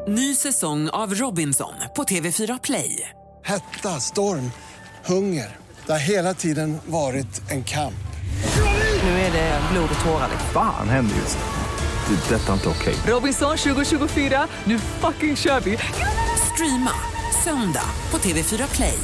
Ny säsong av Robinson på TV4 Play. Hetta, storm, hunger. Det har hela tiden varit en kamp. Nu är det blod och tårar. Fan händer just nu. Det. Detta är inte okej. Robinson 2024, nu fucking kör vi. Streama söndag på TV4 Play.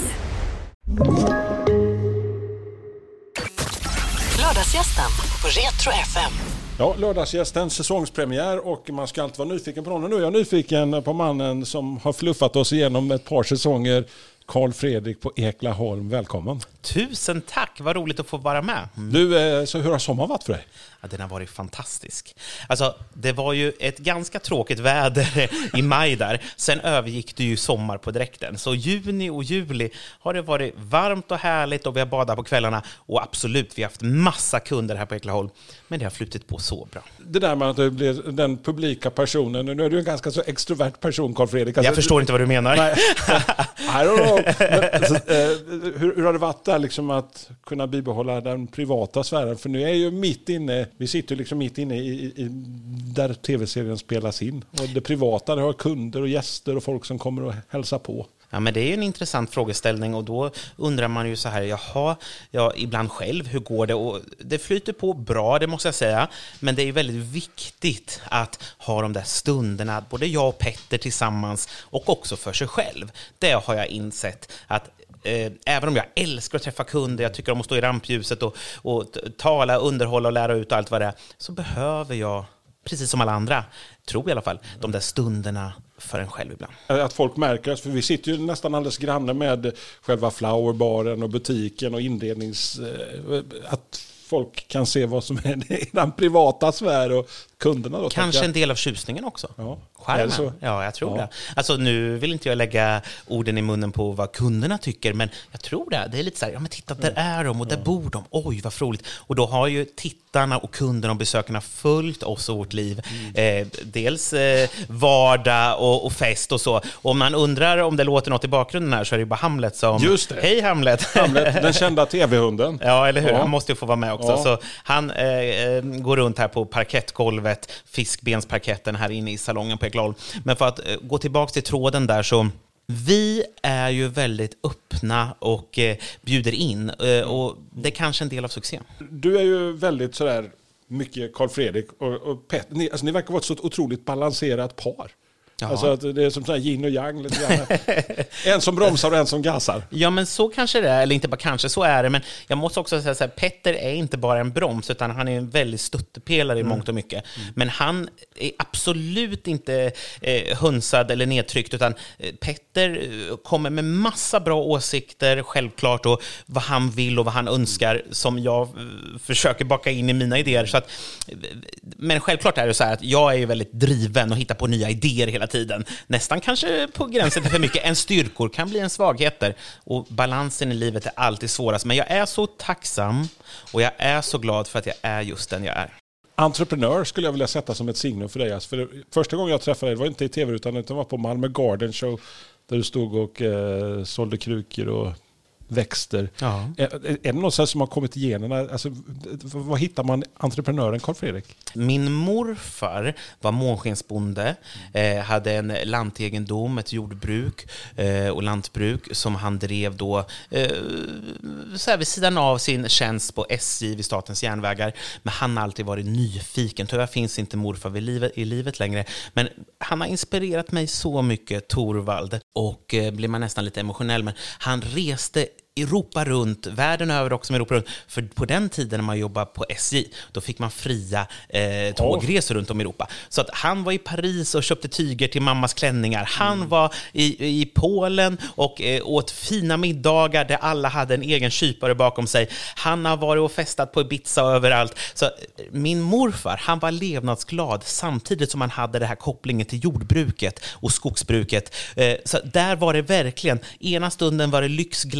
Lördagsgästen på Retro FM. Ja, lördagsgästen, säsongspremiär, och man ska alltid vara nyfiken på honom. Nu är jag nyfiken på mannen som har fluffat oss igenom ett par säsonger, Carl Fredrik på Eklaholm. Välkommen. Tusen tack, vad roligt att få vara med. Du, så hur har sommaren varit för dig? Ja, den har varit fantastisk. Alltså, det var ju ett ganska tråkigt väder i maj där. Sen övergick det ju sommar på direkten. Så juni och juli har det varit varmt och härligt och vi har badat på kvällarna. Och absolut, vi har haft massa kunder här på Eklaholm. Men det har flutit på så bra. Det där med att du blir den publika personen. Nu är du en ganska så extrovert person, Carl Fredrik. Alltså, jag förstår inte vad du menar. Nej, I don't know. Men, hur har det varit där liksom att kunna bibehålla den privata sfären? För nu är ju mitt inne, vi sitter liksom mitt inne i där tv-serien spelas in. Och det privata, det har kunder och gäster och folk som kommer och hälsa på. Ja, men det är ju en intressant frågeställning, och då undrar man ju så här, ibland själv, hur går det? Och det flyter på bra, det måste jag säga, men det är ju väldigt viktigt att ha de där stunderna, både jag och Petter tillsammans, och också för sig själv. Det har jag insett att även om jag älskar att träffa kunder, jag tycker om att stå i rampljuset och tala, underhålla och lära ut allt vad det är, så behöver jag, precis som alla andra, tror i alla fall, de där stunderna för en själv ibland. Att folk märker, för vi sitter ju nästan alldeles granne med själva flowerbaren och butiken och inrednings... Att folk kan se vad som är i den privata sfär och kunderna då. Kanske en del av tjusningen också. Ja. Skärmen. Ja, jag tror det. Alltså, nu vill inte jag lägga orden i munnen på vad kunderna tycker, men jag tror det. Det är lite så här, ja men titta, där är de och där bor de. Oj, vad roligt. Och då har ju tittarna och kunderna och besökarna följt oss och vårt liv. Dels vardag och fest och så. Om man undrar om det låter något i bakgrunden här, så är det ju bara Hamlet som... Just det. Hej Hamlet! Hamlet, den kända tv-hunden. Ja, eller hur? Ja. Han måste ju få vara med också. Ja. Så han går runt här på parkettgolvet, fiskbensparketten här inne i salongen på Eklaholm. Men för att gå tillbaka till tråden där, så vi är ju väldigt öppna och bjuder in, och det är kanske en del av succén. Du är ju väldigt sådär mycket Carl Fredrik och Pet. Ni verkar vara ett så otroligt balanserat par. Ja. Alltså att det är som sån här yin och yang lite grann. En som bromsar och en som gasar. Ja, men så kanske det är, eller inte bara kanske, så är det. Men jag måste också säga så här, Petter är inte bara en broms, utan han är en väldigt stöttepelare i mångt och mycket. Men han är absolut inte hönsad eller nedtryckt, utan Petter kommer med massa bra åsikter, självklart, och vad han vill och vad han önskar, som jag försöker baka in i mina idéer. Så att, men självklart är det så här att jag är ju väldigt driven och hittar på nya idéer hela tiden. Nästan kanske på gränsen till för mycket. En styrkor kan bli en svagheter, och balansen i livet är alltid svårast. Men jag är så tacksam och jag är så glad för att jag är just den jag är. Entreprenör skulle jag vilja sätta som ett signum för dig. Alltså, för första gången jag träffade dig, det var inte i tv utan det var på Malmö Garden Show, där du stod och sålde krukor och växter. Ja. Är det något som har kommit igenom? Alltså, vad hittar man entreprenören Carl Fredrik? Min morfar var månskensbonde, hade en lantegendom, ett jordbruk och lantbruk som han drev då så här vid sidan av sin tjänst på SJ vid Statens järnvägar. Men han har alltid varit nyfiken. Tyvärr finns inte morfar i livet längre. Men han har inspirerat mig så mycket, Torvald. Och blir man nästan lite emotionell. Men han reste Europa runt, världen över också med Europa runt. För på den tiden när man jobbade på SJ, då fick man fria tågresor runt om i Europa. Så att han var i Paris och köpte tyger till mammas klänningar. Han var i Polen och åt fina middagar där alla hade en egen kypare bakom sig. Han har varit och festat på Ibiza överallt. Så min morfar, han var levnadsglad samtidigt som han hade det här kopplingen till jordbruket och skogsbruket. Så där var det verkligen, ena stunden var det lyx, glam och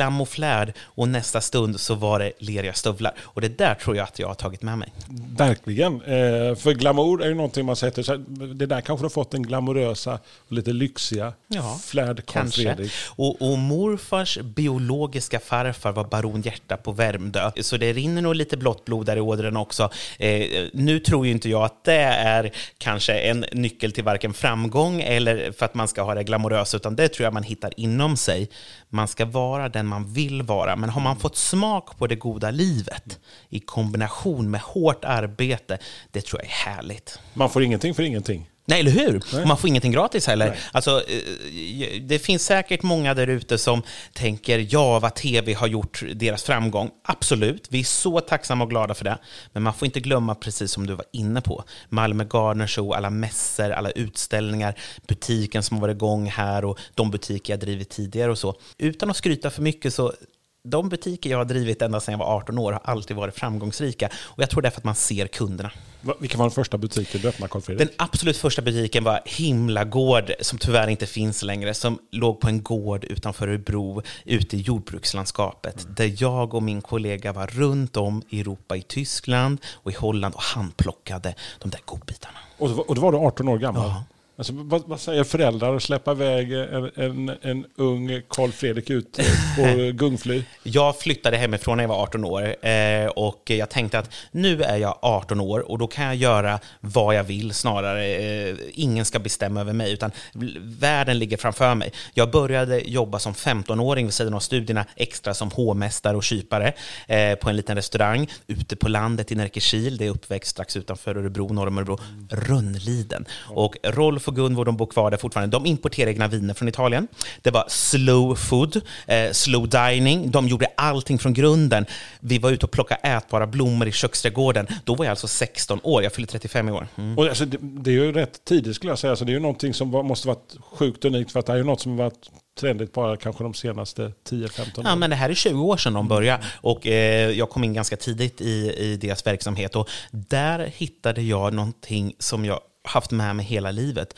flärd och nästa stund så var det leriga stövlar. Och det där tror jag att jag har tagit med mig. Verkligen. För glamour är ju någonting man sätter så det där kanske har fått en glamorösa och lite lyxiga flärd Carl Fredrik. Och morfars biologiska farfar var baron Hjärta på Värmdö. Så det rinner nog lite blått blod där i ådren också. Nu tror ju inte jag att det är kanske en nyckel till varken framgång eller för att man ska ha det glamorösa, utan det tror jag man hittar inom sig. Man ska vara den man vill vara, men har man fått smak på det goda livet i kombination med hårt arbete, det tror jag är härligt. Man får ingenting för ingenting. Nej, eller hur? Nej. Man får ingenting gratis heller. Nej. Alltså, det finns säkert många där ute som tänker, vad tv har gjort deras framgång. Absolut, vi är så tacksamma och glada för det. Men man får inte glömma, precis som du var inne på, Malmö Garden Show, alla mässor, alla utställningar, butiken som var igång här och de butiker jag drivit tidigare och så. Utan att skryta för mycket så... De butiker jag har drivit ända sedan jag var 18 år har alltid varit framgångsrika. Och jag tror därför att man ser kunderna. Vilken var den första butiken du öppnade, Carl Fredrik? Den absolut första butiken var Himlagård, som tyvärr inte finns längre. Som låg på en gård utanför Örebro, ute i jordbrukslandskapet. Där jag och min kollega var runt om i Europa, i Tyskland och i Holland. Och handplockade de där godbitarna. Och då var du 18 år gammal? Ja. Alltså, vad säger föräldrar att släppa iväg en ung Carl Fredrik ut på gungfly? Jag flyttade hemifrån när jag var 18 år och jag tänkte att nu är jag 18 år och då kan jag göra vad jag vill snarare. Ingen ska bestämma över mig utan världen ligger framför mig. Jag började jobba som 15-åring vid sidan av studierna extra som hovmästare och kypare på en liten restaurang ute på landet i Närkekil. Det är uppväxt strax utanför Örebro, norr om Örebro, Rönnliden. Och Rolf och Gunvor, de bor kvar där fortfarande. De importerar egna viner från Italien. Det var slow food, slow dining. De gjorde allting från grunden. Vi var ute och plockade ätbara blommor i köksträdgården. Då var jag alltså 16 år. Jag fyllde 35 år. Mm. Och alltså, det är ju rätt tidigt skulle jag säga. Alltså, det är ju någonting som måste varit sjukt unikt för att det är ju något som varit trendigt bara kanske de senaste 10-15 åren. Ja, men det här är 20 år sedan de började och jag kom in ganska tidigt i deras verksamhet och där hittade jag någonting som jag haft med mig hela livet.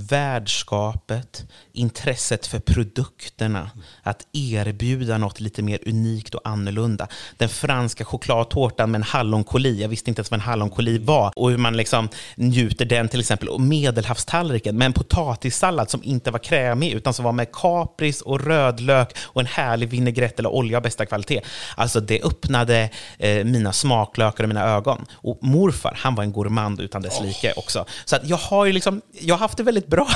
Värdskapet, intresset för produkterna, att erbjuda något lite mer unikt och annorlunda. Den franska chokladtårtan med en hallonkoli, jag visste inte ens vad en hallonkoli var, och hur man liksom njuter den till exempel, och medelhavstallriken med en potatissallad som inte var krämig utan som var med kapris och rödlök och en härlig vinägrett eller olja av bästa kvalitet. Alltså det öppnade mina smaklökar och mina ögon. Och morfar, han var en gourmand utan dess like också. Så att jag har haft det väldigt bra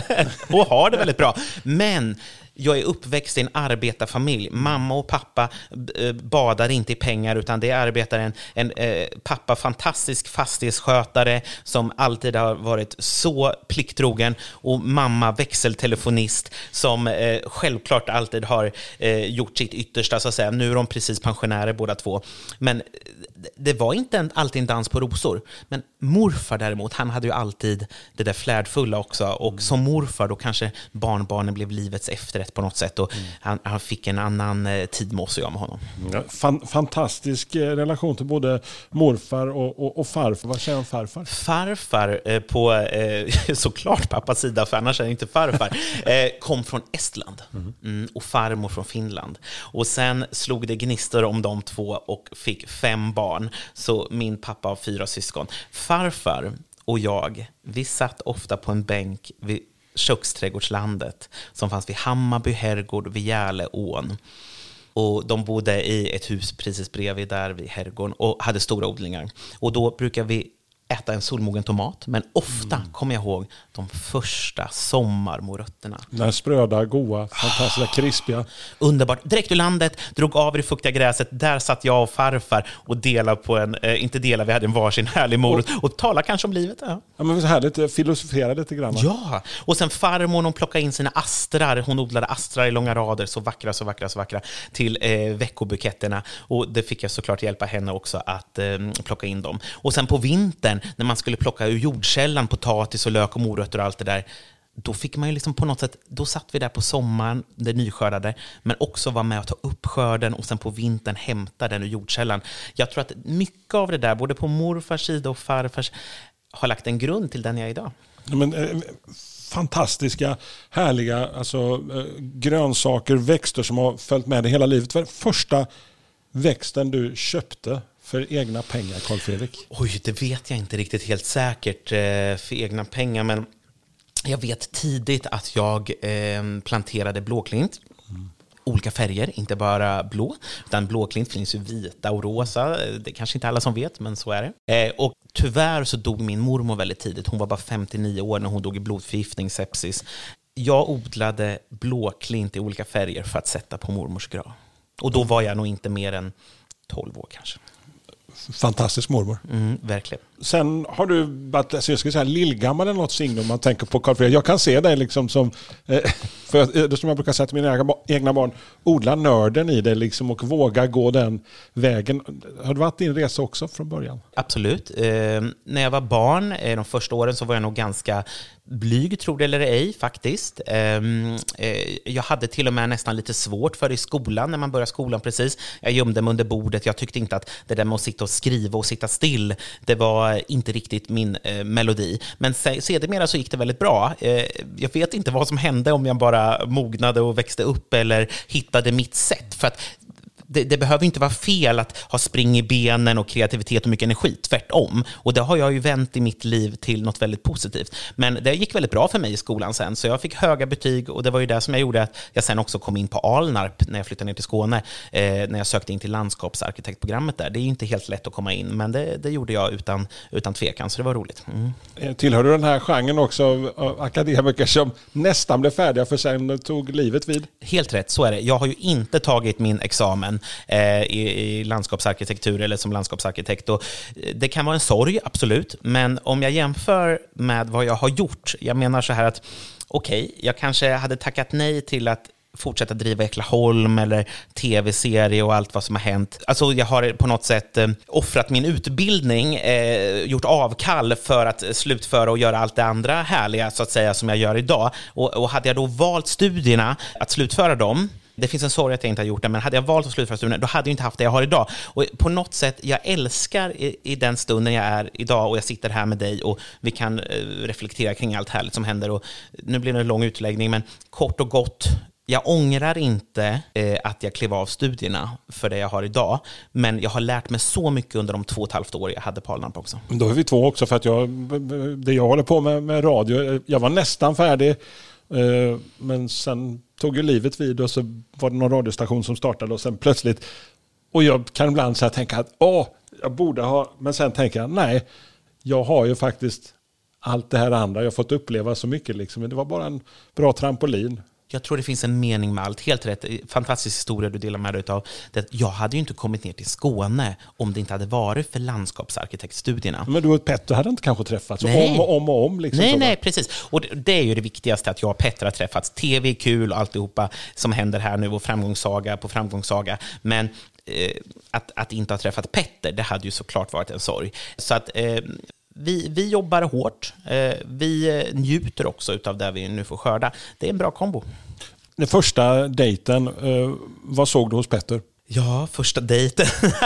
och har det väldigt bra. Men jag är uppväxt i en arbetarfamilj. Mamma och pappa badar inte i pengar utan det arbetar en pappa, fantastisk fastighetsskötare som alltid har varit så plikttrogen, och mamma växeltelefonist som självklart alltid har gjort sitt yttersta så att säga. Nu är de precis pensionärer båda två. Men det var inte alltid en dans på rosor. Men morfar däremot, han hade ju alltid det där flärdfulla också. Och som morfar då kanske barnbarnen blev livets efterrätt på något sätt. Och han fick en annan tid med oss och jag med honom. Ja, fantastisk relation till både morfar och farfar. Vad säger om farfar? Farfar på såklart pappas sida, för annars är det inte farfar, kom från Estland och farmor från Finland. Och sen slog det gnistor om de två och fick 5 barn. Så min pappa har 4 syskon. Farfar och jag, vi satt ofta på en bänk vid köksträdgårdslandet som fanns vid Hammarby herrgård vid Järleån. Och de bodde i ett hus precis bredvid där vid herrgården och hade stora odlingar. Och då brukar vi äta en solmogen tomat, men ofta kommer jag ihåg de första sommarmorötterna. Den här spröda, goa, fantastiska, krispiga. Underbart. Direkt ur landet, drog av det fuktiga gräset. Där satt jag och farfar och delade på vi hade en varsin härlig morot och talade kanske om livet. Ja, men så härligt, filosofera lite grann. Ja, och sen farmor, hon plockade in sina astrar. Hon odlade astrar i långa rader, så vackra, till veckobuketterna. Och det fick jag såklart hjälpa henne också att plocka in dem. Och sen på vintern, när man skulle plocka ur jordkällan potatis och lök och morötter och allt det där, då fick man ju liksom på något sätt, då satt vi där på sommaren, det nyskördade, men också var med och ta upp skörden och sen på vintern hämta den ur jordkällan. Jag tror att mycket av det där, både på morfars sida och farfars, har lagt en grund till den jag är idag. Men fantastiska, härliga grönsaker, växter som har följt med dig hela livet. Vad är första växten du köpte för egna pengar, Carl Fredrik? Oj, det vet jag inte riktigt helt säkert för egna pengar, men jag vet tidigt att jag planterade blåklint. Olika färger, inte bara blå, utan blåklint finns ju vita och rosa. Det är kanske inte alla som vet, men så är det. Och tyvärr så dog min mormor väldigt tidigt. Hon var bara 59 år när hon dog i blodförgiftning, sepsis. Jag odlade blåklint i olika färger för att sätta på mormors grav. Och då var jag nog inte mer än 12 år kanske. Fantastisk mormor. Verkligen. Sen har du varit, jag skulle säga, lillgammal eller något signum man tänker på Carl Fredrik. Jag kan se dig liksom som, för som jag brukar säga till mina egna barn, odla nörden i det liksom och våga gå den vägen. Har det varit din resa också från början? Absolut. När jag var barn, de första åren, så var jag nog ganska blyg, tror det eller ej, faktiskt. Jag hade till och med nästan lite svårt för det i skolan, när man började skolan precis. Jag gömde mig under bordet. Jag tyckte inte att det där med att sitta och skriva och sitta still, det var inte riktigt min melodi. Men sedermera så gick det väldigt bra. Jag vet inte vad som hände, om jag bara mognade och växte upp eller hittade mitt sätt. För att det behöver inte vara fel att ha spring i benen och kreativitet och mycket energi, tvärtom. Och det har jag ju vänt i mitt liv till något väldigt positivt. Men det gick väldigt bra för mig i skolan sen, så jag fick höga betyg, och det var ju det som jag gjorde att jag sen också kom in på Alnarp när jag flyttade ner till Skåne, när jag sökte in till landskapsarkitektprogrammet där. Det är ju inte helt lätt att komma in, men det gjorde jag utan tvekan, så det var roligt. Tillhör du den här genren också av akademiker som nästan blev färdiga för sen tog livet vid? Helt rätt, så är det. Jag har ju inte tagit min examen i landskapsarkitektur eller som landskapsarkitekt, och det kan vara en sorg, absolut, men om jag jämför med vad jag har gjort, jag menar så här att okej, jag kanske hade tackat nej till att fortsätta driva Eklaholm eller tv-serie och allt vad som har hänt. Alltså jag har på något sätt offrat min utbildning, gjort avkall för att slutföra och göra allt det andra härliga, så att säga, som jag gör idag. Och hade jag då valt studierna, att slutföra dem, det finns en sorg att jag inte har gjort det, men hade jag valt att slutföra studierna, då hade jag inte haft det jag har idag. Och på något sätt, jag älskar i den stunden jag är idag, och jag sitter här med dig och vi kan reflektera kring allt härligt som händer. Och nu blir det en lång utläggning, men kort och gott, jag ångrar inte att jag klev av studierna för det jag har idag, men jag har lärt mig så mycket under de 2,5 år jag hade på Alnarp också. Då är vi två också, för att det jag håller på med radio, jag var nästan färdig, men sen tog ju livet vid, och så var det någon radiostation som startade, och sen plötsligt, och jag kan ibland så här tänka att jag borde ha, men sen tänker jag, nej, jag har ju faktiskt allt det här andra, jag har fått uppleva så mycket liksom, men det var bara en bra trampolin. Jag tror det finns en mening med allt. Helt rätt. Fantastisk historia du delar med dig av. Jag hade ju inte kommit ner till Skåne om det inte hade varit för landskapsarkitektstudierna. Men du och Petter hade inte kanske träffats om liksom. Nej, precis. Och det är ju det viktigaste, att jag och Petter har träffats. TV är kul och alltihopa som händer här nu, och framgångssaga på framgångssaga. Men att inte ha träffat Petter, det hade ju såklart varit en sorg. Så att vi jobbar hårt. Vi njuter också av det vi nu får skörda. Det är en bra kombo. Den första dejten, vad såg du hos Petter? Ja, första dejten.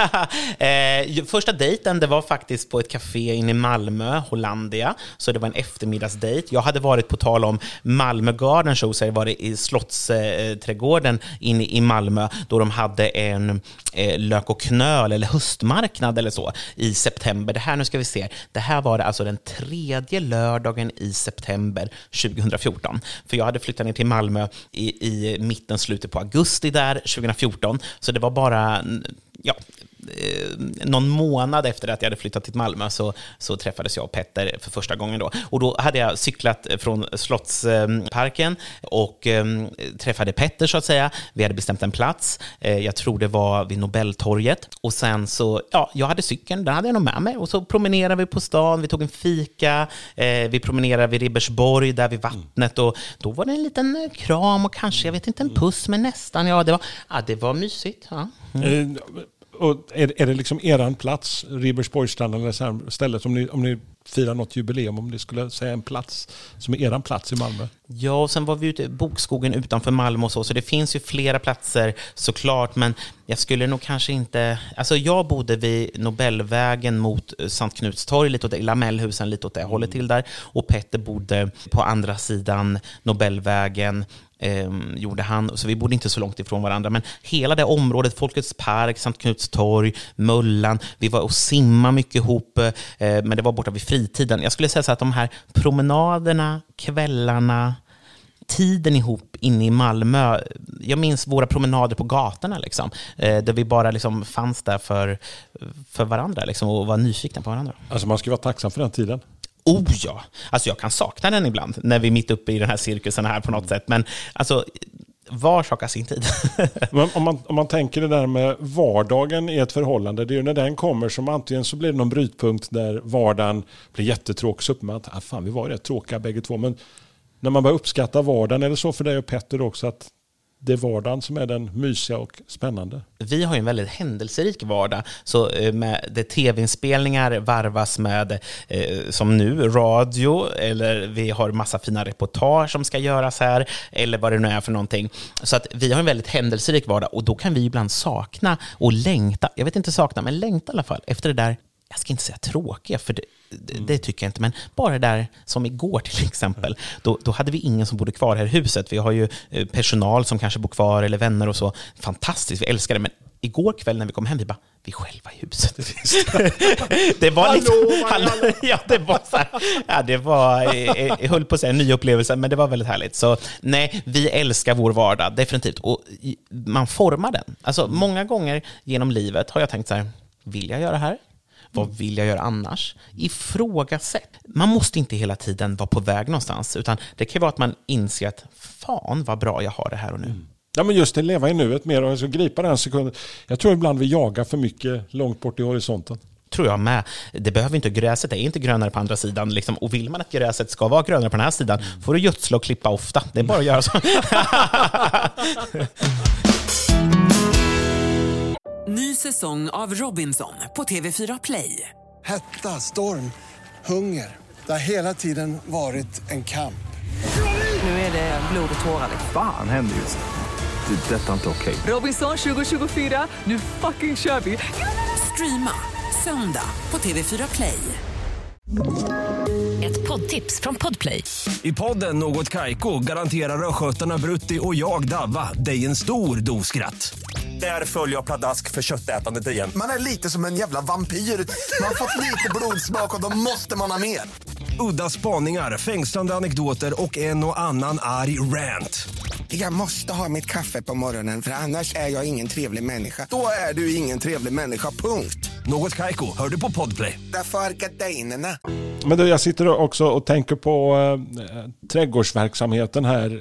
Första dejten, det var faktiskt på ett café inne i Malmö, Hollandia. Så det var en eftermiddagsdejt. Jag hade varit, på tal om Malmö Garden Show, så var det i Slottsträdgården inne i Malmö, då de hade en lök och knöl eller höstmarknad eller så i september. Det här var det alltså den 3:e lördagen i september 2014. För jag hade flyttat ner till Malmö i mitten, slutet på augusti där 2014. Så det var bara någon månad efter att jag hade flyttat till Malmö så träffades jag och Petter för första gången då. Och då hade jag cyklat från Slottsparken och träffade Petter, så att säga. Vi hade bestämt en plats. Jag tror det var vid Nobeltorget. Och sen så, jag hade cykeln, den hade jag nog med mig. Och så promenerade vi på stan, vi tog en fika, vi promenerade vid Ribersborg, där vid vattnet. Och då var det en liten kram och kanske, jag vet inte, en puss, men nästan. Det var mysigt. Ja. Och är det liksom eran plats, Ribersborgsstranden eller så här stället, om ni fira något jubileum, om det skulle säga en plats som är eran plats i Malmö? Ja, och sen var vi ute i Bokskogen utanför Malmö och så det finns ju flera platser såklart, men jag skulle nog kanske inte... Alltså jag bodde vid Nobelvägen mot Sankt Knuts torg, lite åt Lamellhusen, lite åt det hållet till där, och Petter bodde på andra sidan Nobelvägen, gjorde han, så vi bodde inte så långt ifrån varandra, men hela det området, Folkets park, Sankt Knuts torg, Möllan, vi var och simma mycket ihop, men det var borta vid fritiden. Jag skulle säga så att de här promenaderna, kvällarna, tiden ihop inne i Malmö, jag minns våra promenader på gatorna liksom, där vi bara liksom fanns där för varandra liksom, och var nyfikna på varandra. Alltså man ska vara tacksam för den tiden. Oh ja, alltså jag kan sakna den ibland när vi är mitt uppe i den här cirkusen här på något sätt, men alltså var sak har sin tid. Men om man tänker det där med vardagen i ett förhållande, det är ju när den kommer som antingen så blir det någon brytpunkt där vardagen blir jättetråkig, så upp med att fan, vi var rätt tråkiga bägge två, men när man börjar uppskatta vardagen, är det så för dig och Petter också att det är vardagen som är den mysiga och spännande? Vi har ju en väldigt händelserik vardag, så med det tv-inspelningar varvas med som nu radio, eller vi har massa fina reportage som ska göras här, eller vad det nu är för någonting. Så att vi har en väldigt händelserik vardag, och då kan vi ibland sakna och längta, jag vet inte sakna, men längta i alla fall efter det där. Jag ska inte säga tråkiga, för det tycker jag inte, men bara det där som igår till exempel, då hade vi ingen som bodde kvar här i huset. Vi har ju personal som kanske bor kvar eller vänner och så. Fantastiskt, vi älskar det, men igår kväll när vi kom hem, vi bara, vi själva i huset. Det var liksom, ja, det var så här, ja, det var, jag höll på att säga en ny upplevelse, men det var väldigt härligt. Så nej, vi älskar vår vardag, definitivt, och man formar den. Alltså många gånger genom livet har jag tänkt så här, vill jag göra det här? Vad vill jag göra annars? Ifrågasätt. Man måste inte hela tiden vara på väg någonstans, utan det kan vara att man inser att fan vad bra jag har det här och nu. Ja, men just det, leva i nuet mer, och jag ska gripa den sekunden. Jag tror ibland vi jagar för mycket långt bort i horisonten. Tror jag med. Det behöver inte, gräset är inte grönare på andra sidan liksom, och vill man att gräset ska vara grönare på den här sidan, får du gödsla och klippa ofta. Det är bara att göra så. Ny säsong av Robinson på TV4 Play. Hetta, storm, hunger. Det har hela tiden varit en kamp. Nu är det blod och tårar. Fan händer just det. Det är detta inte okej. Robinson 2024, nu fucking kör vi. Streama söndag på TV4 Play. Ett poddtips från Podplay. I podden Något Kaiko garanterar röskötarna Brutti och jag Davva dig en stor doskratt. Där följer jag pladask för köttätandet igen. Man är lite som en jävla vampyr. Man har fått lite blodsmak och då måste man ha mer. Udda spaningar, fängslande anekdoter och en och annan arg rant. Jag måste ha mitt kaffe på morgonen, för annars är jag ingen trevlig människa. Då är du ingen trevlig människa, punkt. Något Kaiko, hör du på Podplay. Därför är gardinerna. Men du, jag sitter också och tänker på trädgårdsverksamheten här.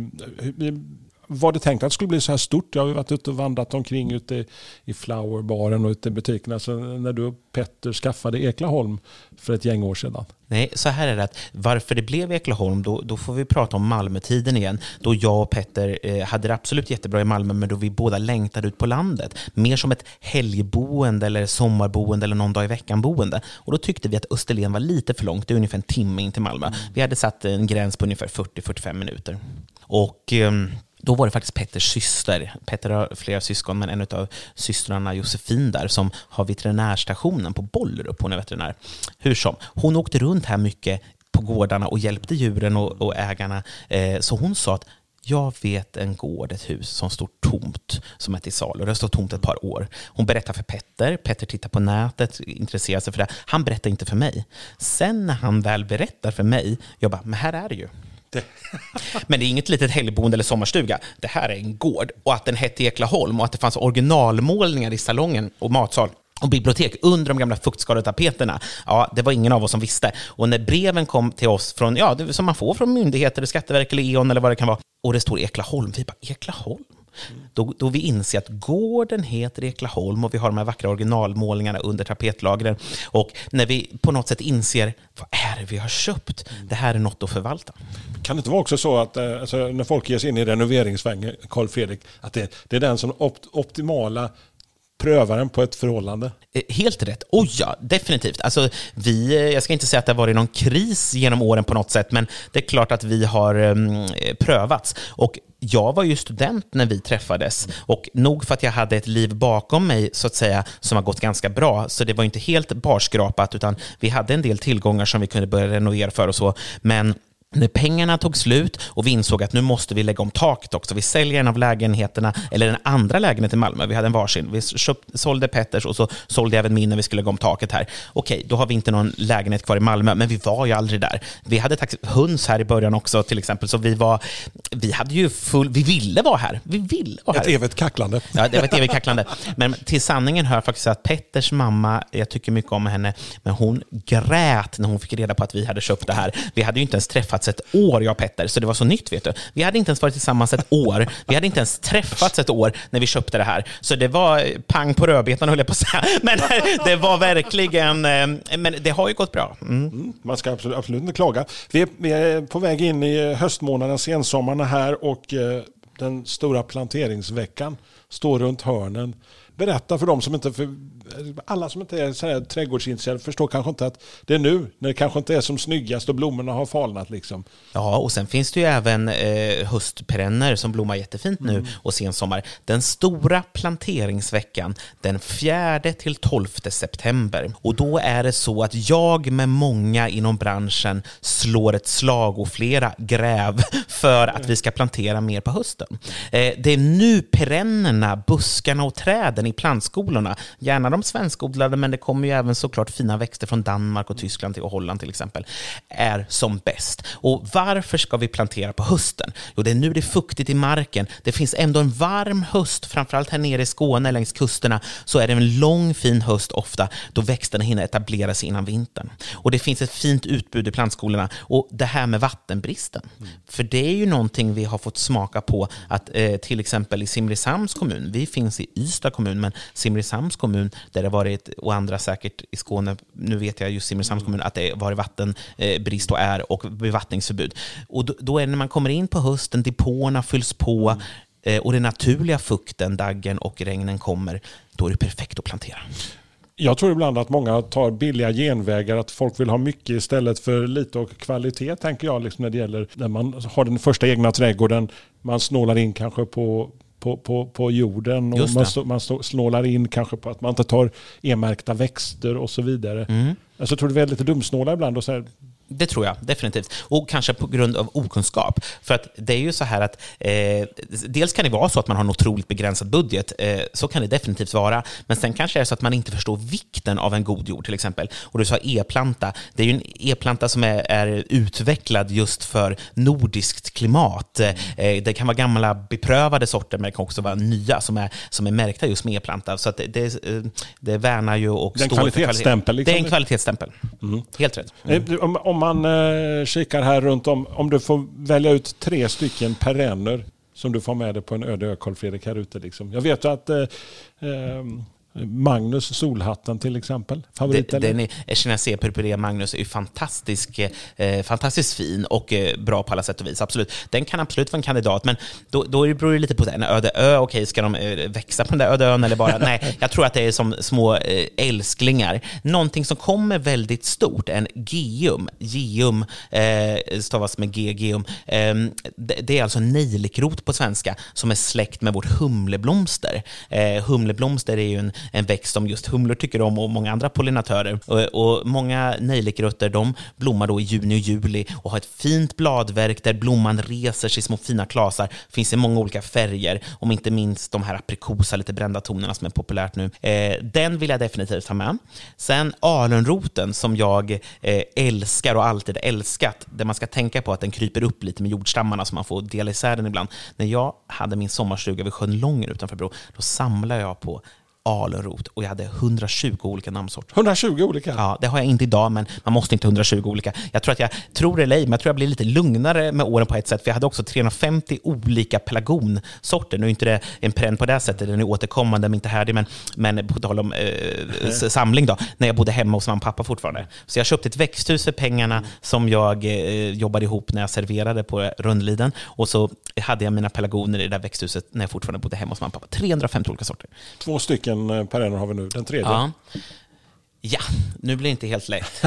Var det tänkt att det skulle bli så här stort? Jag har ju varit ute och vandrat omkring ute i Flowerbaren och ute i butikerna. Så när du och Petter skaffade Eklaholm för ett gäng år sedan. Nej, så här är det att varför det blev Eklaholm, då får vi prata om Malmötiden igen. Då jag och Petter hade det absolut jättebra i Malmö, men då vi båda längtade ut på landet. Mer som ett helgboende eller sommarboende eller någon dag i veckan boende. Och då tyckte vi att Österlen var lite för långt, det är ungefär en timme in till Malmö. Vi hade satt en gräns på ungefär 40-45 minuter. Och då var det faktiskt Petters syster. Petter har flera syskon, men en av systrarna Josefin där som har veterinärstationen på Bollerup. Hon är veterinär. Hur som, hon åkte runt här mycket på gårdarna och hjälpte djuren och ägarna. Så hon sa att jag vet en gård, ett hus som står tomt, som är till salu. Det har stått tomt ett par år. Hon berättar för Petter. Petter tittar på nätet, intresserar sig för det. Han berättar inte för mig. Sen när han väl berättar för mig, jag bara, men här är det ju. Men det är inget litet helgboende eller sommarstuga. Det här är en gård, och att den hette Eklaholm och att det fanns originalmålningar i salongen och matsal och bibliotek under de gamla fuktskadetapeterna. Ja, det var ingen av oss som visste. Och när breven kom till oss från, ja, det som man får från myndigheter, Skatteverket eller E.ON eller vad det kan vara, och det står Eklaholm, vi bara, Eklaholm? Då vi inser att gården heter Eklaholm och vi har de här vackra originalmålningarna under tapetlagren. Och när vi på något sätt inser, vad är det vi har köpt? Det här är något att förvalta. Kan det inte vara också så att alltså, när folk ger sig in i renoveringsvängen, Carl Fredrik, att det är den som optimala pröva den på ett förhållande. Helt rätt. Ja, definitivt. Alltså, jag ska inte säga att det har varit någon kris genom åren på något sätt, men det är klart att vi har prövats. Och jag var ju student när vi träffades, och nog för att jag hade ett liv bakom mig så att säga som har gått ganska bra, så det var inte helt barskrapat, utan vi hade en del tillgångar som vi kunde börja renovera för och så, men när pengarna tog slut och vi insåg att nu måste vi lägga om taket också. Vi säljer en av lägenheterna, eller en andra lägenhet i Malmö. Vi hade en varsin. Vi sålde Petters och så sålde jag även min när vi skulle lägga om taket här. Okej, då har vi inte någon lägenhet kvar i Malmö, men vi var ju aldrig där. Vi hade höns här i början också till exempel, så vi hade ju vi ville vara här. Ett evigt kacklande. Ja, det var ett evigt kacklande. Men till sanningen hör faktiskt att Petters mamma, jag tycker mycket om henne, men hon grät när hon fick reda på att vi hade köpt det här. Vi hade ju inte ens träffats ett år, jag och Petter, så det var så nytt, vet du. Vi hade inte ens varit tillsammans ett år. Vi hade inte ens träffats ett år när vi köpte det här. Så det var pang på rödbetan, höll jag på att säga. Men det var verkligen, men det har ju gått bra. Man ska absolut inte klaga. Vi är på väg in i höstmånaden, sensommarna här, och den stora planteringsveckan står runt hörnen. Berätta för dem som inte, alla som inte är så här trädgårdsintresserade förstår kanske inte att det är nu, när det kanske inte är som snyggast och blommorna har falnat liksom. Ja, och sen finns det ju även höstperenner som blommar jättefint nu och sensommar. Den stora planteringsveckan, den 4-12 september. Och då är det så att jag med många inom branschen slår ett slag och flera gräv för att vi ska plantera mer på hösten. Det är nu perennerna, buskarna och träden i plantskolorna, gärna de svenskodlade, men det kommer ju även såklart fina växter från Danmark och Tyskland och Holland till exempel, är som bäst. Och varför ska vi plantera på hösten? Jo, det är nu det är fuktigt i marken. Det finns ändå en varm höst, framförallt här nere i Skåne längs kusterna, så är det en lång fin höst ofta, då växterna hinner etablera sig innan vintern. Och det finns ett fint utbud i plantskolorna. Och det här med vattenbristen, för det är ju någonting vi har fått smaka på, att till exempel i Simrishamns kommun, vi finns i Ystad kommun, men Simrishamns kommun, där det varit, och andra säkert i Skåne, nu vet jag just Simrishamns kommun, att det varit vattenbrist och är, och bevattningsförbud. Och då är det när man kommer in på hösten, depåerna fylls på, och den naturliga fukten, daggen och regnen kommer, då är det perfekt att plantera. Jag tror ibland att många tar billiga genvägar, att folk vill ha mycket istället för lite och kvalitet, tänker jag, liksom när det gäller när man har den första egna trädgården. Man snålar in kanske på jorden, och man snålar in kanske på att man inte tar e-märkta växter och så vidare. Alltså, jag tror det är lite dumsnåla ibland och så här. Det tror jag, definitivt. Och kanske på grund av okunskap. För att det är ju så här att dels kan det vara så att man har en otroligt begränsad budget. Så kan det definitivt vara. Men sen kanske är det så att man inte förstår vikten av en god jord till exempel. Och du sa e-planta. Det är ju en e-planta som är utvecklad just för nordiskt klimat. Det kan vara gamla beprövade sorter, men det kan också vara nya som är märkta just med e-planta. Så att det värnar ju och står för kvalitetsstämpel. Liksom. Det är en kvalitetsstämpel. Helt rätt. Om man kikar här runt om du får välja ut 3 stycken perenner som du får med dig på en öde ö, Carl Fredrik, här ute liksom. Jag vet att Magnus Solhatten till exempel, favorit den Echinacea purpurea Magnus är ju fantastiskt fin och bra på alla sätt och vis, absolut. Den kan absolut vara en kandidat, men då beror det lite på en öde ö. Okej, ska de växa på den där öde ön eller bara nej, jag tror att det är som små älsklingar. Någonting som kommer väldigt stort, en geum stavas med geum. Det är alltså nejlikrot på svenska, som är släkt med vårt humleblomster. Humleblomster är ju en växt som just humlor tycker om, och många andra pollinatörer. Och många nejlikrötter, de blommar då i juni och juli och har ett fint bladverk där blomman reser sig i små fina klasar. Finns i många olika färger, om inte minst de här aprikosa, lite brända tonerna som är populärt nu. Den vill jag definitivt ta med. Sen alunroten, som jag älskar och alltid älskat. Där man ska tänka på att den kryper upp lite med jordstammarna, så man får dela isär den ibland. När jag hade min sommarstuga vid sjön Långer utanför Bro, då samlade jag på alunrot, och jag hade 120 olika namnsorter. 120 olika? Ja, det har jag inte idag, men man måste inte 120 olika. Jag tror det eller ej, men jag tror jag blir lite lugnare med åren på ett sätt, för jag hade också 350 olika pelargonsorter. Nu är inte det en perenn på det sättet, den är återkommande, men inte härdig, men på tal om samling då, när jag bodde hemma hos mamma och pappa fortfarande. Så jag köpte ett växthus för pengarna som jag jobbade ihop när jag serverade på Rundliden, och så hade jag mina pelargoner i det där växthuset när jag fortfarande bodde hemma hos mamma och pappa. 350 olika sorter. 2 stycken vilken perenner har vi nu? Den tredje? Ja, nu blir det inte helt lätt.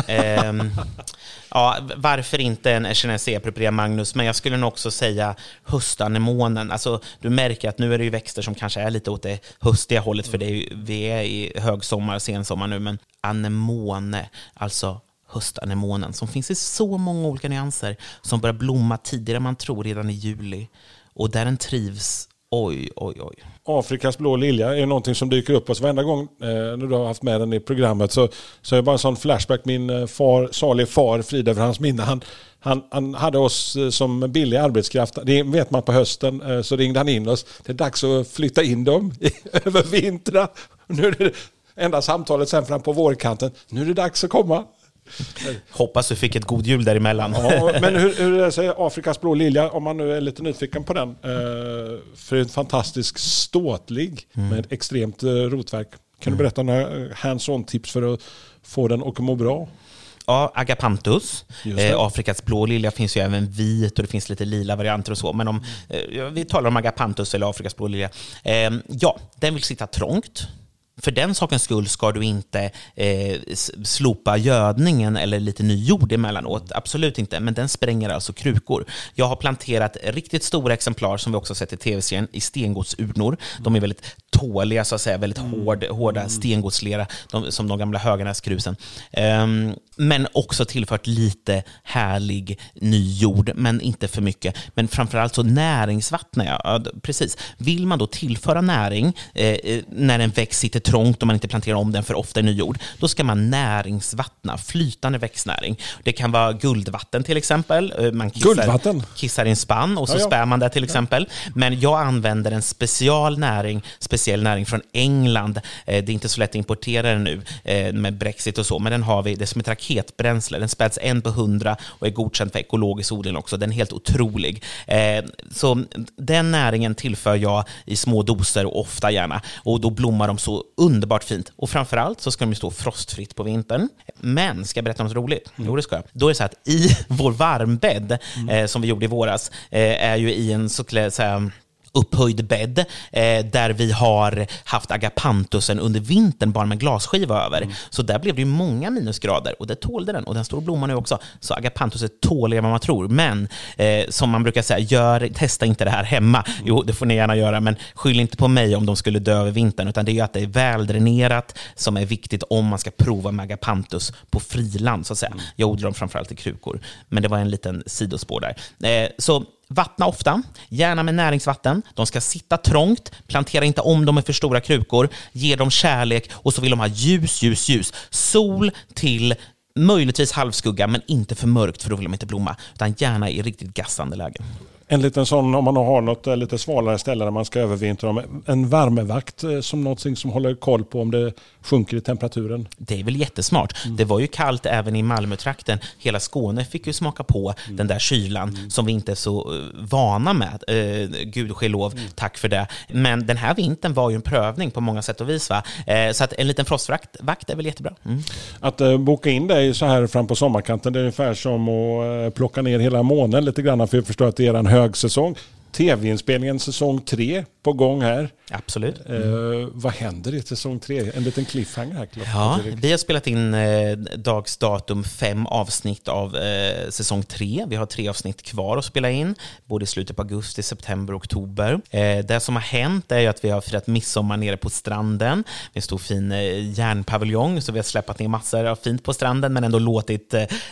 Varför inte en Echinacea purpurea Magnus? Men jag skulle nog också säga höstanemonen. Alltså, du märker att nu är det ju växter som kanske är lite åt det höstiga hållet, för vi är i högsommar, sensommar nu. Men anemone, alltså höstanemonen, som finns i så många olika nyanser, som börjar blomma tidigare än man tror, redan i juli. Och där den trivs. Oj. Afrikas blå lilja är någonting som dyker upp oss varenda gång när du har haft med den i programmet, så är bara en sån flashback. Min salig far, Frida över hans minne, han hade oss som billig arbetskraft. Det vet man på hösten, så ringde han in oss. Det är dags att flytta in dem över vintern. Nu är det enda samtalet sen fram på vårkanten. Nu är det dags att komma. Hoppas du fick ett god jul däremellan. Ja, men hur säger Afrikas blå lilja, om man nu är lite nyfiken på den, för en fantastisk ståtlig med extremt rotverk. Kan du berätta några hands-on tips för att få den att må bra? Ja, agapanthus. Afrikas blå lilja finns ju även vit och det finns lite lila varianter och så. Men om vi talar om agapanthus eller Afrikas blå lilja. Den vill sitta trångt. För den sakens skull ska du inte slopa gödningen eller lite ny jord emellanåt. Absolut inte, men den spränger alltså krukor. Jag har planterat riktigt stora exemplar som vi också sett i tv-serien i stengodsurnor. De är väldigt tåliga, så att säga, väldigt hårda stengodslera, som de gamla Höganäskrusen. Men också tillfört lite härlig ny jord, men inte för mycket. Men framförallt så näringsvattnar jag. Ja, precis. Vill man då tillföra näring när en växt sitter trångt och man inte planterar om den för ofta i ny jord, då ska man näringsvattna, flytande växtnäring. Det kan vara guldvatten till exempel. Man kissar i en spann och så spär man det till exempel. Men jag använder en speciell näring från England. Det är inte så lätt att importera den nu med Brexit och så, men den har vi. Det är som ett raketbränsle. Den späds 1/100 och är godkänd för ekologisk odling också. Den är helt otrolig. Så den näringen tillför jag i små doser och ofta gärna. Och då blommar de så underbart fint. Och framförallt så ska de stå frostfritt på vintern. Men, ska jag berätta något roligt? Jo, det ska jag. Då är det så att i vår varmbädd som vi gjorde i våras är ju i en så här upphöjd bädd där vi har haft agapanthusen under vintern bara med glasskiva över. Så där blev det ju många minusgrader och det tålde den, och den står och blommar nu också. Så agapanthus är tåligare än vad man tror. Men som man brukar säga, testa inte det här hemma. Jo, det får ni gärna göra, men skyll inte på mig om de skulle dö över vintern, utan det är ju att det är väldränerat som är viktigt om man ska prova med agapanthus på friland, så att säga. Jag odlar dem framförallt i krukor, men det var en liten sidospår där. Så vattna ofta, gärna med näringsvatten. De ska sitta trångt, plantera inte om dem med för stora krukor, ge dem kärlek, och så vill de ha ljus. Sol till möjligtvis halvskugga, men inte för mörkt, för då vill de inte blomma, utan gärna i riktigt gassande läge. En liten sån, om man har något lite svalare ställe där man ska övervintra, en värmevakt som någonting som håller koll på om det sjunker i temperaturen. Det är väl jättesmart. Det var ju kallt även i Malmötrakten. Hela Skåne fick ju smaka på den där kylan som vi inte är så vana med. Gud ske lov, tack för det. Men den här vintern var ju en prövning på många sätt och vis, va? Så att en liten frostvakt är väl jättebra. Att boka in dig så här fram på sommarkanten, det är ungefär som att plocka ner hela månen lite grann, för jag förstår att det är en högsäsong. TV-inspelningen säsong 3 på gång här. Absolut. Vad händer i säsong 3? En liten cliffhanger här. Ja, vi har spelat in dags datum 5 avsnitt av säsong 3. Vi har 3 avsnitt kvar att spela in, både i slutet på augusti, september och oktober. Det som har hänt är ju att vi har firat midsommar nere på stranden. Vi har en stor fin järnpaviljong, så vi har släppt ner massor av fint på stranden, men ändå låtit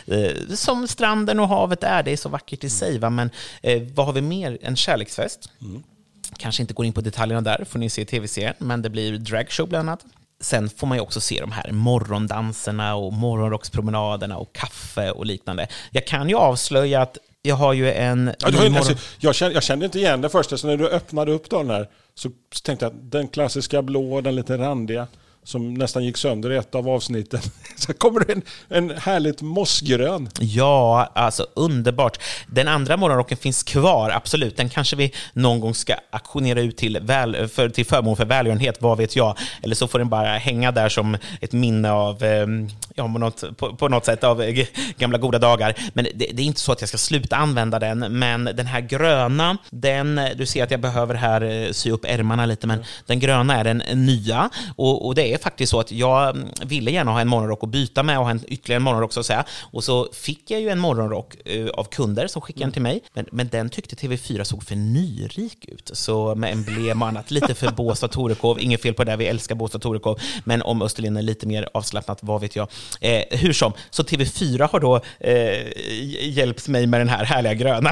som stranden och havet är. Det är så vackert i sig, va? Men vad har vi mer? En kärleksfest. Kanske inte går in på detaljerna där, får ni se i tv-serien, men det blir dragshow bland annat. Sen får man ju också se de här morgondanserna och morgonrockspromenaderna och kaffe och liknande. Jag kan ju avslöja att jag har ju en... Jag kände inte igen det först, så när du öppnade upp den här så tänkte jag att den klassiska blå, den lite randiga, som nästan gick sönder i ett av avsnitten. Så kommer det en härligt mossgrön. Ja, alltså underbart. Den andra morgonrocken finns kvar, absolut. Den kanske vi någon gång ska aktionera ut till förmån för välgörenhet, vad vet jag. Eller så får den bara hänga där som ett minne av på något sätt av gamla goda dagar. Men det är inte så att jag ska sluta använda den. Men den här gröna, du ser att jag behöver här sy upp ärmarna lite, men den gröna är den nya. Och det är faktiskt så att jag ville gärna ha en morgonrock att byta med och ha ytterligare en morgonrock så att säga. Och så fick jag ju en morgonrock av kunder som skickade den till mig. Men den tyckte TV4 såg för nyrik ut. Så med emblem och annat, lite för Båstad Torekov. Inget fel på det, vi älskar Båstad Torekov. Men om Österlen är lite mer avslappnat, vad vet jag. Hur som, så TV4 har då hjälpt mig med den här härliga gröna.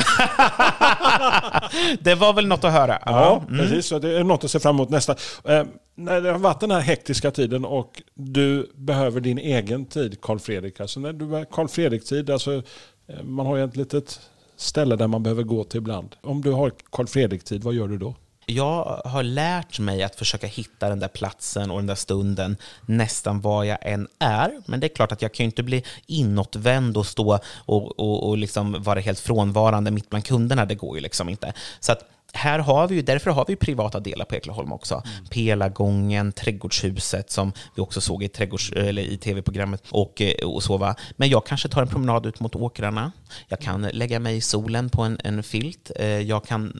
Det var väl något att höra. Ja, precis. Så det är något att se fram emot nästa. När det har varit den här hektiska tiden och du behöver din egen tid, Carl Fredrik. Alltså när du har Carl Fredrik-tid, alltså man har ju ett litet ställe där man behöver gå till ibland. Om du har Carl Fredrik-tid, vad gör du då? Jag har lärt mig att försöka hitta den där platsen och den där stunden nästan var jag än är. Men det är klart att jag kan ju inte bli inåtvänd och stå och liksom vara helt frånvarande mitt bland kunderna. Det går ju liksom inte. Så att därför har vi privata delar på Eklaholm också. Pelargången, Trädgårdshuset som vi också såg i tv-programmet och så va. Men jag kanske tar en promenad ut mot åkrarna. Jag kan lägga mig i solen på en filt. Jag kan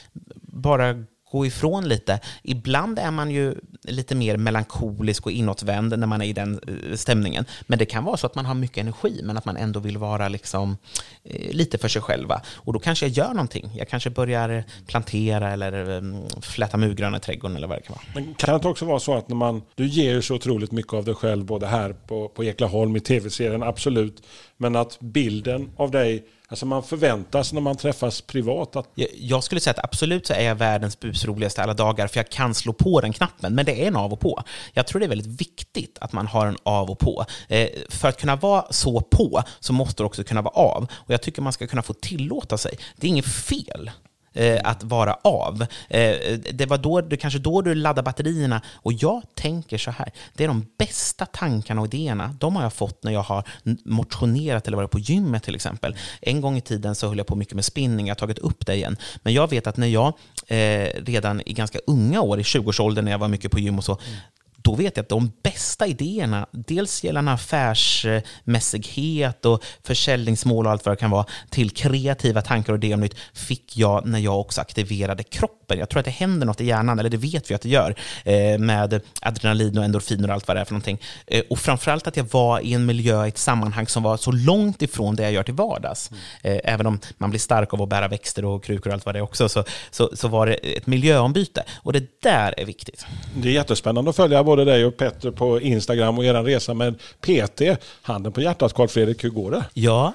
bara gå ifrån lite. Ibland är man ju lite mer melankolisk och inåtvänd när man är i den stämningen. Men det kan vara så att man har mycket energi men att man ändå vill vara liksom lite för sig själva. Och då kanske jag gör någonting. Jag kanske börjar plantera eller fläta murgröna i trädgården eller vad det kan vara. Men kan det också vara så att du ger ju så otroligt mycket av dig själv både här på Eklaholm i tv-serien, absolut. Men att bilden av dig, alltså man förväntas när man träffas privat att... Jag skulle säga att absolut så är jag världens busroligaste alla dagar för jag kan slå på den knappen, men det är en av och på. Jag tror det är väldigt viktigt att man har en av och på. För att kunna vara så på så måste det också kunna vara av. Och jag tycker man ska kunna få tillåta sig. Det är inget fel att vara av. Det var kanske då du laddar batterierna. Och jag tänker så här, det är de bästa tankarna och idéerna. De har jag fått när jag har motionerat eller varit på gymmet till exempel. En gång i tiden så höll jag på mycket med spinning. Jag har tagit upp det igen. Men jag vet att när jag redan i ganska unga år, i 20-årsåldern när jag var mycket på gym och så, då vet jag att de bästa idéerna, dels gällande affärsmässighet och försäljningsmål och allt vad det kan vara, till kreativa tankar och idéer om nytt, fick jag när jag också aktiverade kroppen. Jag tror att det händer något i hjärnan, eller det vet vi att det gör, med adrenalin och endorfiner och allt vad det är för någonting. Och framförallt att jag var i en miljö, i ett sammanhang som var så långt ifrån det jag gör till vardags. Även om man blir stark av att bära växter och krukor och allt vad det är också, så var det ett miljöombyte. Och det där är viktigt. Det är jättespännande att följa både dig och Petter på Instagram och er resa med PT. Handen på hjärtat, Carl Fredrik, hur går det? Ja,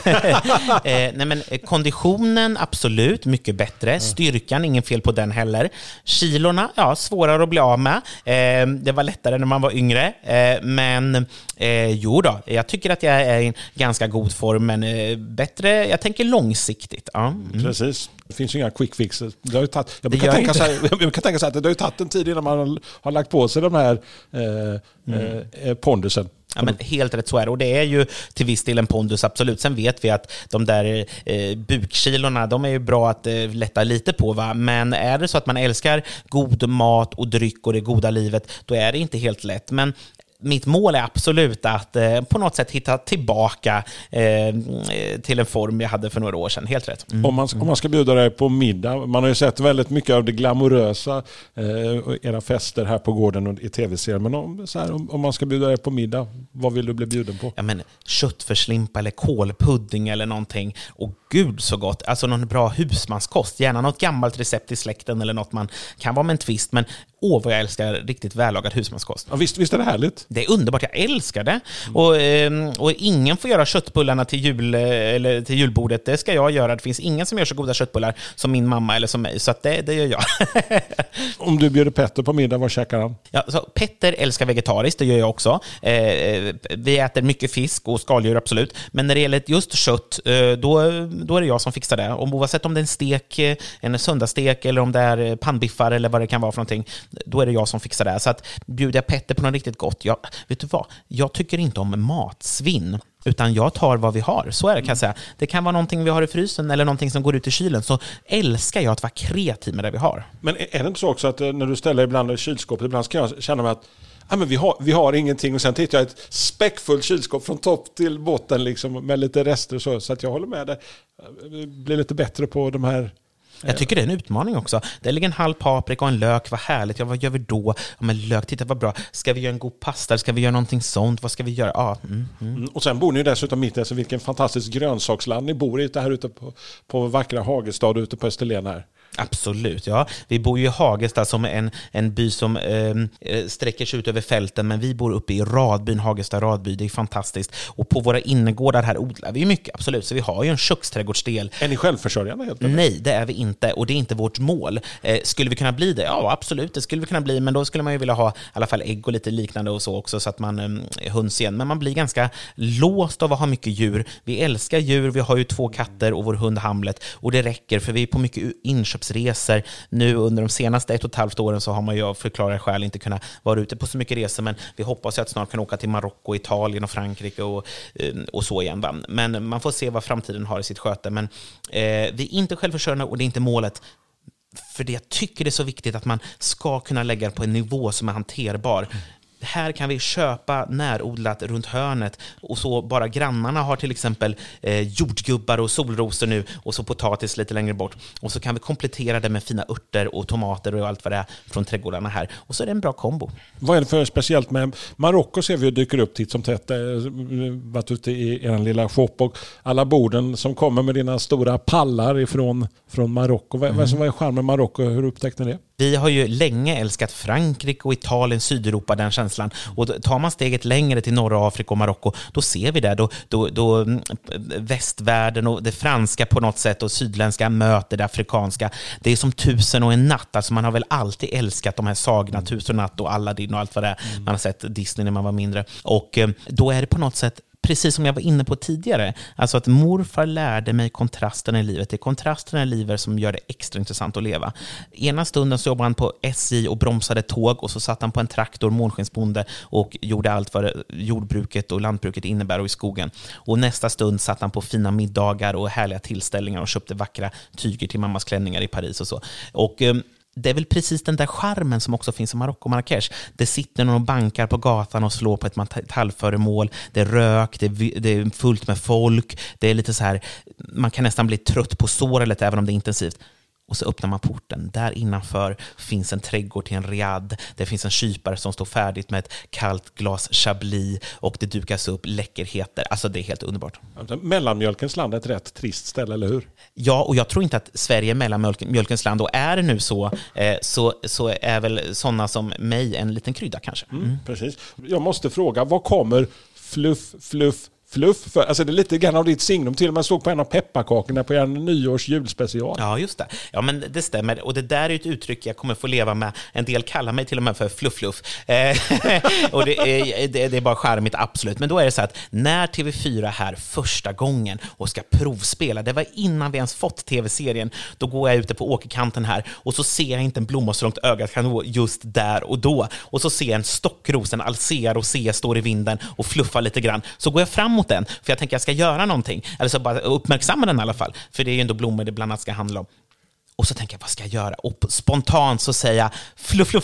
nej men konditionen absolut mycket bättre. Styrkan, ingen fel på den heller. Kilorna, ja, svårare att bli av med. Det var lättare när man var yngre. Men jo då, jag tycker att jag är i en ganska god form, men bättre, jag tänker långsiktigt. Ja. Precis. Det finns ju inga quick fixes. Jag kan tänka så här att det har ju tagit en tid innan man har lagt på sig de här pondusen. Ja, men helt rätt så är det. Och det är ju till viss del en pondus, absolut. Sen vet vi att de där bukkilorna, de är ju bra att lätta lite på, va? Men är det så att man älskar god mat och dryck och det goda livet, då är det inte helt lätt. Men mitt mål är absolut att på något sätt hitta tillbaka till en form jag hade för några år sedan. Helt rätt. Om man ska bjuda dig på middag, man har ju sett väldigt mycket av det glamorösa, era fester här på gården och i tv-serien. Men om man ska bjuda dig på middag, vad vill du bli bjuden på? Ja, men köttfärslimpa eller kålpudding eller någonting. Och gud så gott. Alltså någon bra husmanskost. Gärna något gammalt recept i släkten eller något man kan vara med en twist. Men vad jag älskar riktigt vällagad husmanskost. Ja, visst är det härligt. Det är underbart, jag älskar det. Och ingen får göra köttbullarna till julbordet. Det ska jag göra. Det finns ingen som gör så goda köttbullar som min mamma eller som mig. Så att det gör jag. Om du bjuder Petter på middag, vad käkar han? Ja, så Petter älskar vegetariskt, det gör jag också. Vi äter mycket fisk och skaldjur, absolut. Men när det gäller just kött, då är det jag som fixar det. Oavsett om det är en stek, en söndagsstek eller om det är pannbiffar eller vad det kan vara för någonting, då är det jag som fixar det. Så att bjuder jag Petter på något riktigt gott, vet du vad? Jag tycker inte om matsvinn, utan jag tar vad vi har. Så är det, kan jag säga. Det kan vara någonting vi har i frysen eller någonting som går ut i kylen. Så älskar jag att vara kreativ med det vi har. Men är det inte så också att när du ställer ibland i kylskåpet, ibland ska jag känna mig att men vi har ingenting. Och sen tittar jag ett späckfullt kylskåp från topp till botten liksom, med lite rester så att jag håller med dig. Blir lite bättre på de här. Jag tycker det är en utmaning också. Det ligger en halv paprika och en lök, vad härligt. Ja, vad gör vi då? Ja, men lök, titta vad bra. Ska vi göra en god pasta? Ska vi göra någonting sånt? Vad ska vi göra? Ja, Och sen bor ni dessutom mitt i, alltså vilken fantastisk grönsaksland ni bor i det här ute på vackra Hagestad ute på Österlen här. Absolut, ja. Vi bor ju i Hagestad som en by som sträcker sig ut över fälten, men vi bor uppe i Radbyn, Hagestad Radby. Det är fantastiskt. Och på våra innergårdar här odlar vi mycket, absolut. Så vi har ju en köksträdgårdsdel. Är ni självförsörjande helt enkelt? Nej, det är vi inte. Och det är inte vårt mål. Skulle vi kunna bli det? Ja, absolut. Det skulle vi kunna bli. Men då skulle man ju vilja ha i alla fall ägg och lite liknande och så också, så att man höns igen. Men man blir ganska låst av att ha mycket djur. Vi älskar djur. Vi har ju 2 katter och vår hund Hamlet. Och det räcker, för vi är på mycket inköpsresor. Nu under de senaste 1,5 åren så har man ju av förklarade skäl inte kunnat vara ute på så mycket resor. Men vi hoppas ju att snart kan åka till Marocko, Italien och Frankrike och så igen. Va? Men man får se vad framtiden har i sitt sköte. Men vi är inte självförsörjande och det är inte målet. För det jag tycker det är så viktigt att man ska kunna lägga det på en nivå som är hanterbar. Här kan vi köpa närodlat runt hörnet och så bara grannarna har till exempel jordgubbar och solrosor nu och så potatis lite längre bort. Och så kan vi komplettera det med fina örter och tomater och allt vad det är från trädgårdarna här. Och så är det en bra kombo. Vad är det för speciellt med Marocko? Ser vi dyker upp titt som tätt. Varit ute i en lilla shop och alla borden som kommer med dina stora pallar från Marocko. Vad är charmen med Marocko? Hur upptäckte ni det? Vi har ju länge älskat Frankrike och Italien, Sydeuropa, den känslan. Och tar man steget längre till norra Afrika och Marocko, då ser vi det. Då västvärlden och det franska på något sätt och sydländska möter det afrikanska. Det är som 1001 natt. Alltså man har väl alltid älskat de här sagorna, 1001 natt och Aladdin och allt vad det är. Man har sett Disney när man var mindre. Och då är det på något sätt precis som jag var inne på tidigare, alltså att morfar lärde mig kontrasterna i livet. Det är kontrasterna i livet som gör det extra intressant att leva. Ena stunden så jobbade han på SJ och bromsade tåg och så satt han på en traktor, månskensbonde, och gjorde allt vad jordbruket och lantbruket innebär och i skogen. Och nästa stund satt han på fina middagar och härliga tillställningar och köpte vackra tyger till mammas klänningar i Paris och så. Och det är väl precis den där charmen som också finns i Marocko och Marrakesh. Det sitter någon bankar på gatan och slår på ett metallföremål. Det är rök, det är fullt med folk. Det är lite så här, man kan nästan bli trött på såret även om det är intensivt. Och så öppnar man porten. Där innanför finns en trädgård till en riad. Det finns en kypare som står färdigt med ett kallt glas chablis och det dukas upp läckerheter. Alltså det är helt underbart. Mellanmjölkens land är ett rätt trist ställe, eller hur? Ja, och jag tror inte att Sverige är mellanmjölkens land. Och är det nu så är väl sådana som mig en liten krydda kanske. Precis. Jag måste fråga, vad kommer fluff för? Alltså det är lite grann av ditt signum. Till och med såg på en av pepparkakorna på en nyårs julspecial. Ja, just det. Ja, men det stämmer. Och det där är ett uttryck jag kommer få leva med. En del kallar mig till och med för fluff. Och det är bara charmigt, absolut. Men då är det så att när TV4 här första gången och ska provspela, det var innan vi ens fått tv-serien, då går jag ute på åkerkanten här och så ser jag inte en blomma så långt ögat kan nå just där och då. Och så ser jag en stockros, en alcea rosé står i vinden och fluffar lite grann. Så går jag fram mot den, för jag tänker jag ska göra någonting. Eller så bara uppmärksamma den i alla fall. För det är ju ändå blommor det bland annat ska handla om. Och så tänker jag, vad ska jag göra? Och spontant så säger jag fluff.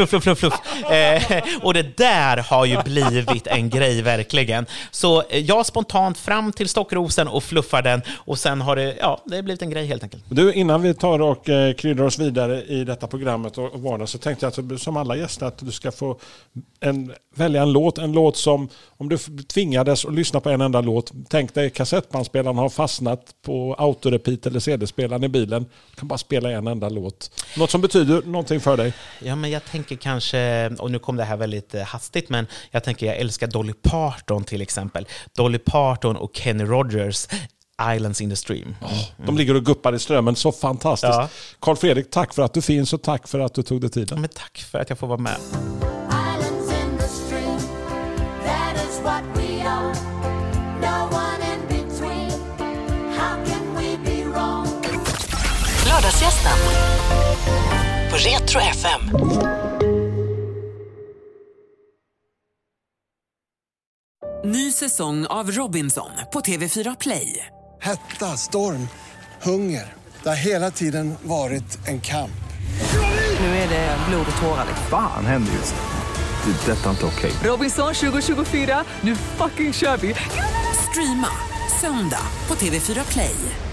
Och det där har ju blivit en grej verkligen. Så jag spontant fram till stockrosen och fluffar den. Och sen har det har blivit en grej helt enkelt. Du, innan vi tar och kryddar oss vidare i detta programmet och vardag, så tänkte jag att som alla gäster att du ska få välja en låt som, om du tvingades att lyssna på en enda låt, tänk dig kassettbandspelaren har fastnat på autorepeat eller CD-spelaren i bilen, du kan bara spela en enda låt. Något som betyder någonting för dig? Ja, men jag tänker kanske, och nu kom det här väldigt hastigt, men jag tänker jag älskar Dolly Parton till exempel. Dolly Parton och Kenny Rogers, Islands in the Stream. De ligger och guppar i strömmen, så fantastiskt. Ja. Carl Fredrik, tack för att du finns och tack för att du tog dig tiden. Ja, men tack för att jag får vara med. Lördagsgästen på Retro FM. Ny säsong av Robinson på TV4 Play. Hetta, storm, hunger. Det har hela tiden varit en kamp. Nu är det blod och tårar. Fan händer just det. Det är detta inte okej. Robinson 2024, nu fucking kör vi! Streama söndag på TV4 Play.